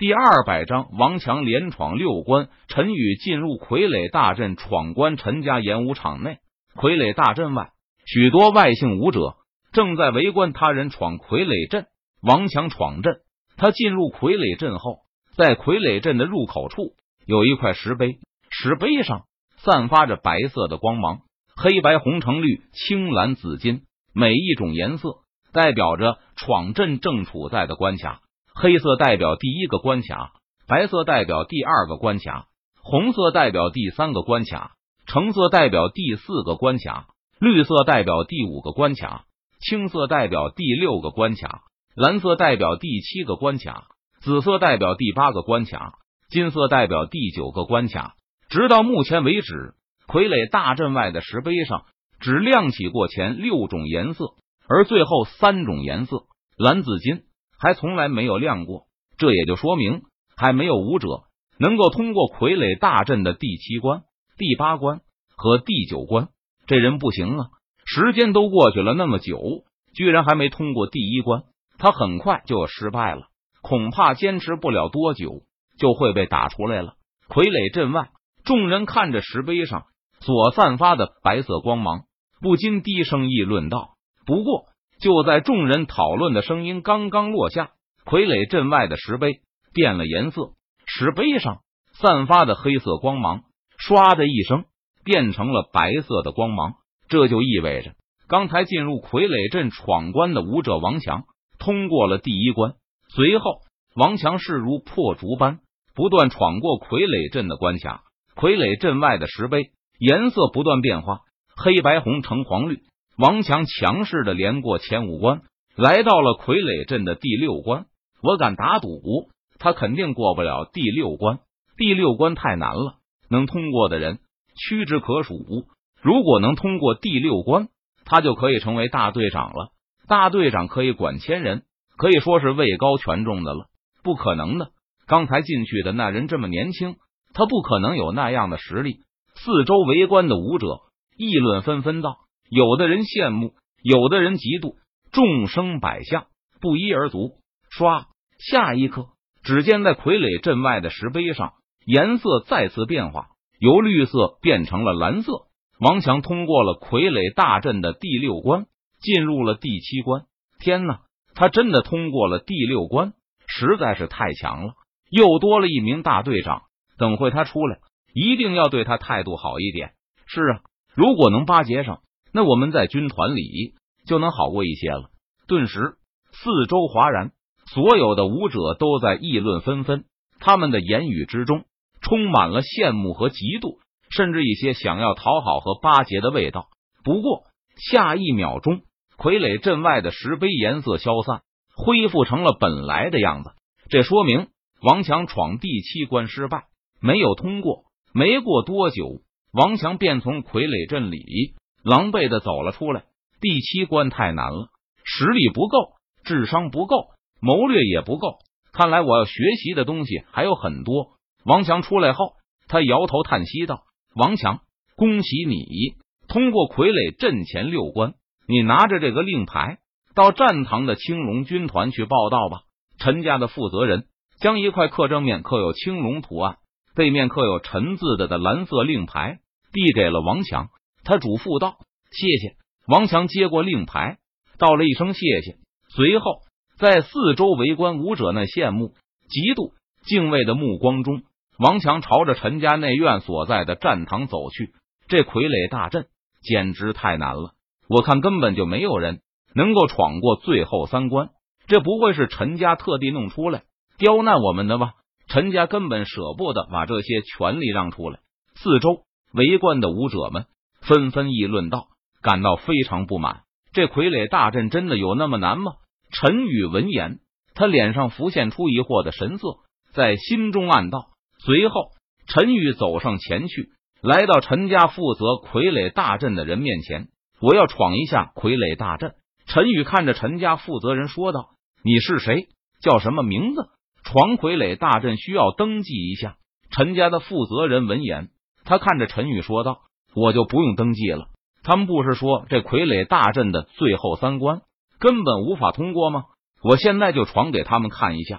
第200章王强连闯6关。陈宇进入傀儡大阵闯关陈家演武场内，傀儡大阵外，许多外姓武者正在围观他人闯傀儡阵。王强闯阵，他进入傀儡阵后，在傀儡阵的入口处有一块石碑，石碑上散发着白色的光芒，黑白红橙绿青蓝紫金，每一种颜色代表着闯阵正处在的关卡。黑色代表第1个关卡，白色代表第2个关卡，红色代表第3个关卡，橙色代表第4个关卡，绿色代表第5个关卡，青色代表第6个关卡，蓝色代表第7个关卡，紫色代表第8个关卡，金色代表第9个关卡。直到目前为止，傀儡大阵外的石碑上只亮起过前6种颜色，而最后3种颜色蓝紫金还从来没有亮过，这也就说明还没有武者能够通过傀儡大阵的第7关、第8关和第9关。这人不行啊，时间都过去了那么久，居然还没通过第1关，他很快就要失败了，恐怕坚持不了多久就会被打出来了。傀儡阵外，众人看着石碑上所散发的白色光芒，不禁低声议论道。不过就在众人讨论的声音刚刚落下，傀儡阵外的石碑变了颜色，石碑上散发的黑色光芒唰的一声变成了白色的光芒。这就意味着刚才进入傀儡阵闯关的武者王强通过了第1关。随后王强势如破竹般不断闯过傀儡阵的关卡，傀儡阵外的石碑颜色不断变化，黑白红橙黄绿。王强强势的连过前5关，来到了傀儡阵的第6关。我敢打赌，他肯定过不了第6关。第6关太难了，能通过的人屈指可数。如果能通过第6关，他就可以成为大队长了。大队长可以管1000人，可以说是位高权重的了。不可能的，刚才进去的那人这么年轻，他不可能有那样的实力。四周围观的武者议论纷纷道，有的人羡慕，有的人嫉妒，众生百相，不一而足。唰，下一刻，只见在傀儡阵外的石碑上颜色再次变化，由绿色变成了蓝色。王强通过了傀儡大阵的第6关，进入了第7关。天哪，他真的通过了第6关，实在是太强了。又多了一名大队长，等会他出来一定要对他态度好一点。是啊，如果能巴结上，那我们在军团里就能好过一些了。顿时四周哗然，所有的武者都在议论纷纷，他们的言语之中充满了羡慕和嫉妒，甚至一些想要讨好和巴结的味道。不过下一秒钟，傀儡阵外的石碑颜色消散，恢复成了本来的样子。这说明王强闯第7关失败，没有通过。没过多久，王强便从傀儡阵里狼狈的走了出来。第7关太难了，实力不够，智商不够，谋略也不够，看来我要学习的东西还有很多。王强出来后，他摇头叹息道，王强，恭喜你通过傀儡阵前6关，你拿着这个令牌到战堂的青龙军团去报道吧。陈家的负责人将一块刻正面刻有青龙图案，背面刻有陈字的蓝色令牌递给了王强，他嘱咐道，谢谢。王强接过令牌，道了一声谢谢。随后在四周围观武者那羡慕、嫉妒、敬畏的目光中，王强朝着陈家内院所在的战堂走去。这傀儡大阵简直太难了，我看根本就没有人能够闯过最后3关。这不会是陈家特地弄出来刁难我们的吧？陈家根本舍不得把这些权力让出来。四周围观的武者们纷纷议论道，感到非常不满。这傀儡大阵真的有那么难吗？陈宇闻言，他脸上浮现出疑惑的神色，在心中暗道。随后陈宇走上前去，来到陈家负责傀儡大阵的人面前，我要闯一下傀儡大阵。陈宇看着陈家负责人说道，你是谁？叫什么名字？闯傀儡大阵需要登记一下。陈家的负责人闻言，他看着陈宇说道，我就不用登记了，他们不是说这傀儡大阵的最后3关根本无法通过吗？我现在就闯给他们看一下。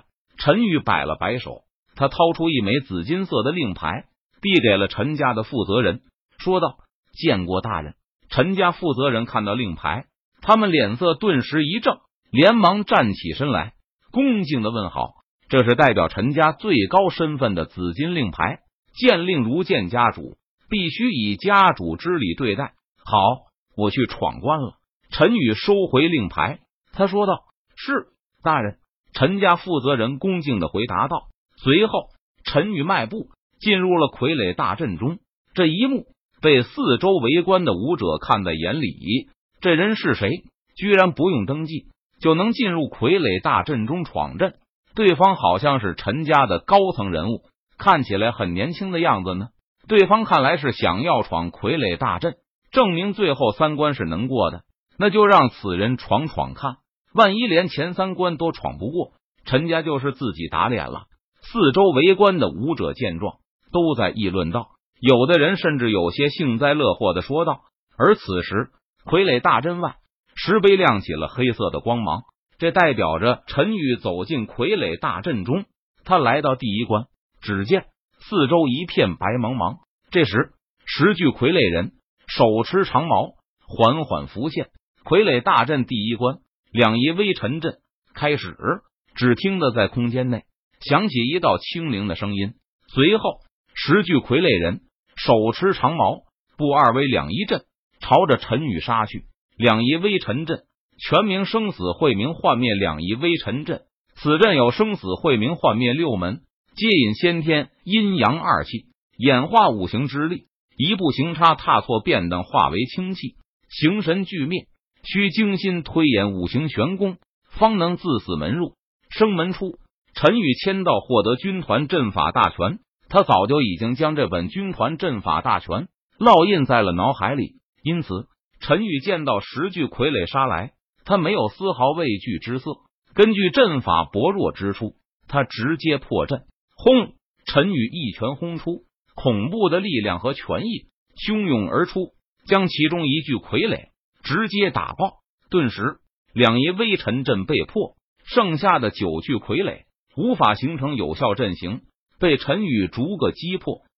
陈玉摆了摆手，他掏出一枚紫金色的令牌，递给了陈家的负责人，说道：“见过大人。”陈家负责人看到令牌，他们脸色顿时一正，连忙站起身来，恭敬的问好。这是代表陈家最高身份的紫金令牌，见令如见家主，必须以家主之礼对待。好，我去闯关了。陈宇收回令牌，他说道：“是，大人。”陈家负责人恭敬的回答道。随后，陈宇迈步进入了傀儡大阵中。这一幕被四周围观的武者看在眼里，这人是谁？居然不用登记就能进入傀儡大阵中闯阵？对方好像是陈家的高层人物，看起来很年轻的样子呢。对方看来是想要闯傀儡大阵，证明最后三关是能过的，那就让此人闯闯看。万一连前三关都闯不过，陈家就是自己打脸了。四周围观的武者见状，都在议论道，有的人甚至有些幸灾乐祸的说道。而此时，傀儡大阵外石碑亮起了黑色的光芒，这代表着陈宇走进傀儡大阵中。他来到第一关，只见四周一片白茫茫。这时10具傀儡人手持长矛缓缓浮现。傀儡大阵第一关两仪微尘阵开始，只听得在空间内响起一道清灵的声音，随后10具傀儡人手持长矛步二为两仪阵，朝着陈宇杀去。两仪微尘阵全名生死晦明幻灭两仪微尘阵，此阵有生死晦明幻灭6门，接引先天阴阳二气，演化五行之力，一步行差踏错便等化为清气，形神俱灭，需精心推演五行玄功，方能自死门入生门出。陈宇签到获得军团阵法大全，他早就已经将这本军团阵法大全烙印在了脑海里，因此陈宇见到10具傀儡杀来，他没有丝毫畏惧之色。根据阵法薄弱之处，他直接破阵。轰！陈宇一拳轰出，恐怖的力量和拳意汹涌而出，将其中一具傀儡直接打爆。顿时两仪微尘阵被破，剩下的9具傀儡无法形成有效阵型，被陈宇逐个击破。